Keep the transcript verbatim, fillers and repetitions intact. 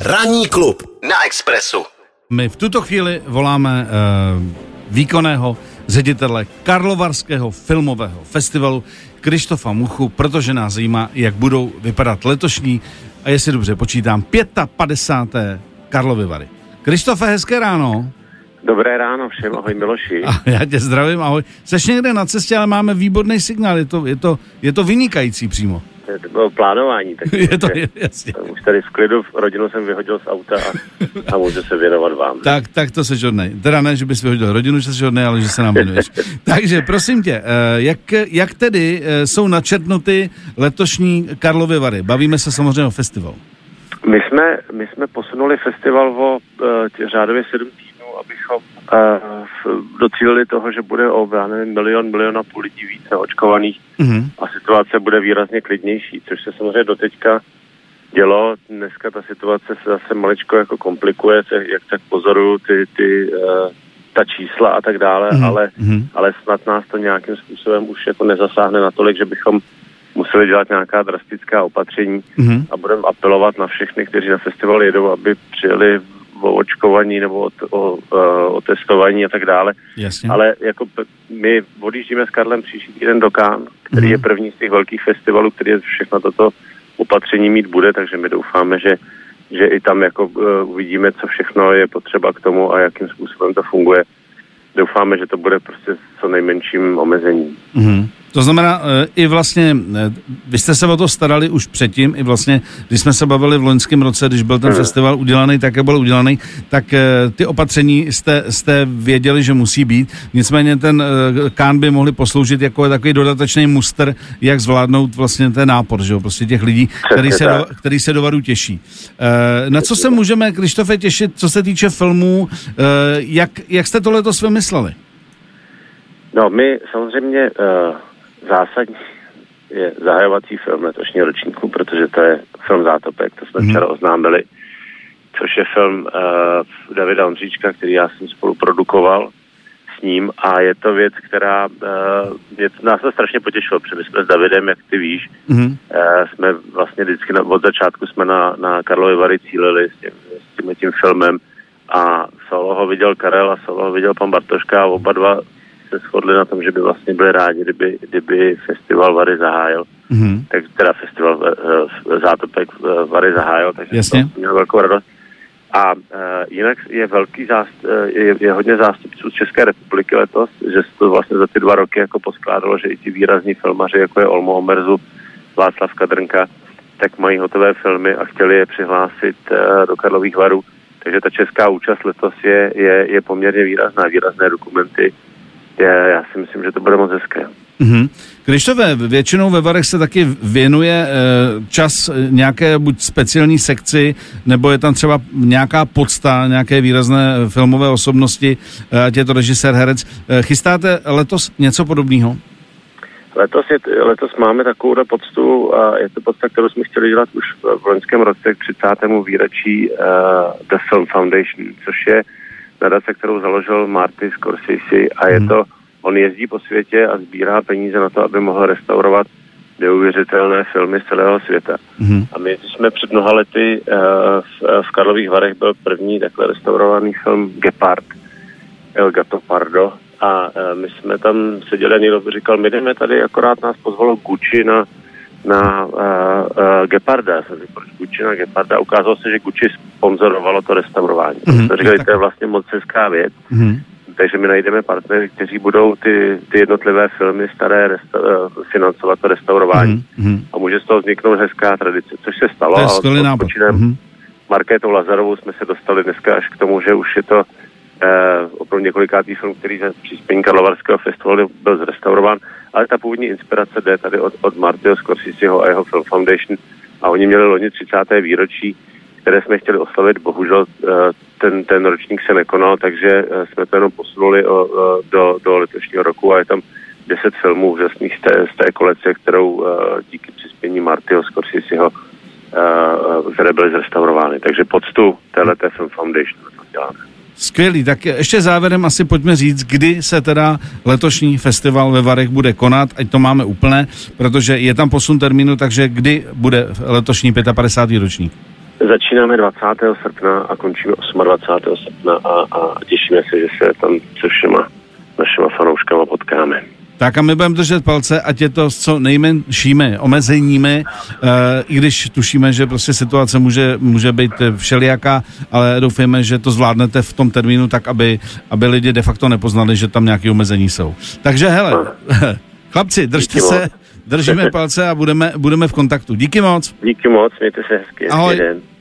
Ranní klub na Expressu. My v tuto chvíli voláme uh, výkonného ředitele Karlovarského filmového festivalu Krištofa Muchu, protože nás zajímá, jak budou vypadat letošní, a jestli dobře počítám, padesáté páté Karlovy Vary. Krištofe, hezké ráno. Dobré ráno všem, ahoj Miloši. A já tě zdravím, ahoj. Seš někde na cestě, ale máme výborný signál, je to, je to, je to vynikající přímo. To bylo plánování. Tak je to, je, jasně. Už tady v klidu rodinu jsem vyhodil z auta a, a můžu se věnovat vám. Tak, tak to seš hodnej. Teda ne, že bys vyhodil rodinu, že seš hodnej, ale že se nám věnuješ. Takže prosím tě, jak, jak tedy jsou načrtnuty letošní Karlovy Vary? Bavíme se samozřejmě o festivalu. My jsme, my jsme posunuli festival o tě, řádově sedm týdnů, abychom uh, docílili toho, že bude o nevím, milion, milion a půl lidí víc naočkovaných mm-hmm. a situace bude výrazně klidnější, což se samozřejmě doteďka dělo. Dneska ta situace se zase maličko jako komplikuje, se, jak tak pozoruju ty, ty uh, ta čísla a tak dále, mm-hmm. ale, ale snad nás to nějakým způsobem už jako nezasáhne natolik, že bychom museli dělat nějaká drastická opatření mm-hmm. a budeme apelovat na všechny, kteří na festival jedou, aby přijeli o očkovaní nebo o, o, o testování a tak dále. Jasně. Ale jako my odjíždíme s Karlem příští týden do Cannes, který mm-hmm. je první z těch velkých festivalů, který všechno toto opatření mít bude, takže my doufáme, že, že i tam jako uh, uvidíme, co všechno je potřeba k tomu a jakým způsobem to funguje. Doufáme, že to bude prostě co nejmenším omezením. Mm-hmm. To znamená, i vlastně, vy jste se o to starali už předtím, i vlastně, když jsme se bavili v loňském roce, když byl ten hmm. festival udělaný, tak byl udělaný, tak ty opatření jste, jste věděli, že musí být. Nicméně ten Cannes by mohli posloužit jako takový dodatečný muster, jak zvládnout vlastně ten nápor, že jo, prostě těch lidí, který se, do, který se do Varu těší. Na co se můžeme, Krištofe, těšit, co se týče filmů, jak, jak jste to letos vymysleli? No, my samozřejmě uh... zásadní je zahajovací film letošního ročníku, protože to je film Zátopek, to jsme mm. včera oznámili, což je film uh, Davida Ondříčka, který já jsem spolu produkoval s ním a je to věc, která uh, je, nás to strašně potěšilo, protože my jsme s Davidem, jak ty víš, mm. uh, jsme vlastně vždycky na, od začátku jsme na, na Karlovy Vary cílili s tím, s tím, tím filmem a solo ho viděl Karel a solo ho viděl pan Bartoška a oba dva se shodli na tom, že by vlastně byli rádi, kdyby, kdyby festival Vary zahájil. Mm-hmm. Tak teda festival uh, Zátopek uh, Vary zahájil, takže Jasně. to měl velkou radost. A uh, jinak je velký zást, uh, je, je hodně zástupců z České republiky letos, že se to vlastně za ty dva roky jako poskládalo, že i ti výrazní filmaři, jako je Olmo Omerzu, Václav Kadrnka, tak mají hotové filmy a chtěli je přihlásit uh, do Karlových Varů. Takže ta česká účast letos je, je, je poměrně výrazná, výrazné dokumenty. Já si myslím, že to bude moc hezké. Mm-hmm. Krištofe, většinou ve Varech se taky věnuje e, čas nějaké buď speciální sekci, nebo je tam třeba nějaká podsta, nějaké výrazné filmové osobnosti, ať je to režisér, herec. E, chystáte letos něco podobného? Letos, je, letos máme takovou poctu a je to podsta, kterou jsme chtěli dělat už v loňském roce k třicátému výročí uh, The Film Foundation, což je nadace, kterou založil Marty Scorsese a je to, on jezdí po světě a sbírá peníze na to, aby mohl restaurovat neuvěřitelné filmy z celého světa. Mm. A my jsme před mnoha lety uh, v, v Karlových Varech byl první takhle restaurovaný film Gepard, El Gato Pardo a uh, my jsme tam seděli a někdo říkal, my jdeme tady, akorát nás pozvalo Gucci na na uh, uh, Geparda. Já jsem říkal, proč Gucci na Geparda. Ukázalo se, že Gucci sponzorovalo to restaurování. Mm-hmm. To říkali, to je vlastně moc hezká věc. Mm-hmm. Takže my najdeme partnery, kteří budou ty, ty jednotlivé filmy staré resta- uh, financovat to restaurování. Mm-hmm. A může z toho vzniknout hezká tradice, což se stalo. To je skvělý nápad. Mm-hmm. Markétou Lazarovou jsme se dostali dneska až k tomu, že už je to Uh, opravdu několikátý film, který za příspění Karlovarského festivalu byl zrestaurován, ale ta původní inspirace jde tady od, od Martyho Scorseseho a jeho Film Foundation a oni měli loni třicáté výročí, které jsme chtěli oslavit, bohužel uh, ten, ten ročník se nekonal, takže uh, jsme to jenom posunuli o, uh, do, do letošního roku a je tam deset filmů úžasných z té, z té kolekce, kterou uh, díky přispění Martyho Scorseseho uh, které byly zrestaurovány. Takže poctu téhleté Film Foundation to děláme. Skvělý, tak ještě závěrem asi pojďme říct, kdy se teda letošní festival ve Varech bude konat, ať to máme úplné, protože je tam posun termínu, takže kdy bude letošní padesátý pátý ročník? Začínáme dvacátého srpna a končíme dvacátého osmého srpna a, a těšíme se, že se tam se všema našima fanouškama potkáme. Tak a my budeme držet palce, ať je to s co nejmenšími omezeními, e, i když tušíme, že prostě situace může, může být všelijaká, ale doufejme, že to zvládnete v tom termínu tak, aby, aby lidi de facto nepoznali, že tam nějaké omezení jsou. Takže hele, chlapci, držte Díky se, moc. Držíme palce a budeme, budeme v kontaktu. Díky moc. Díky moc, mějte se hezky. Ahoj.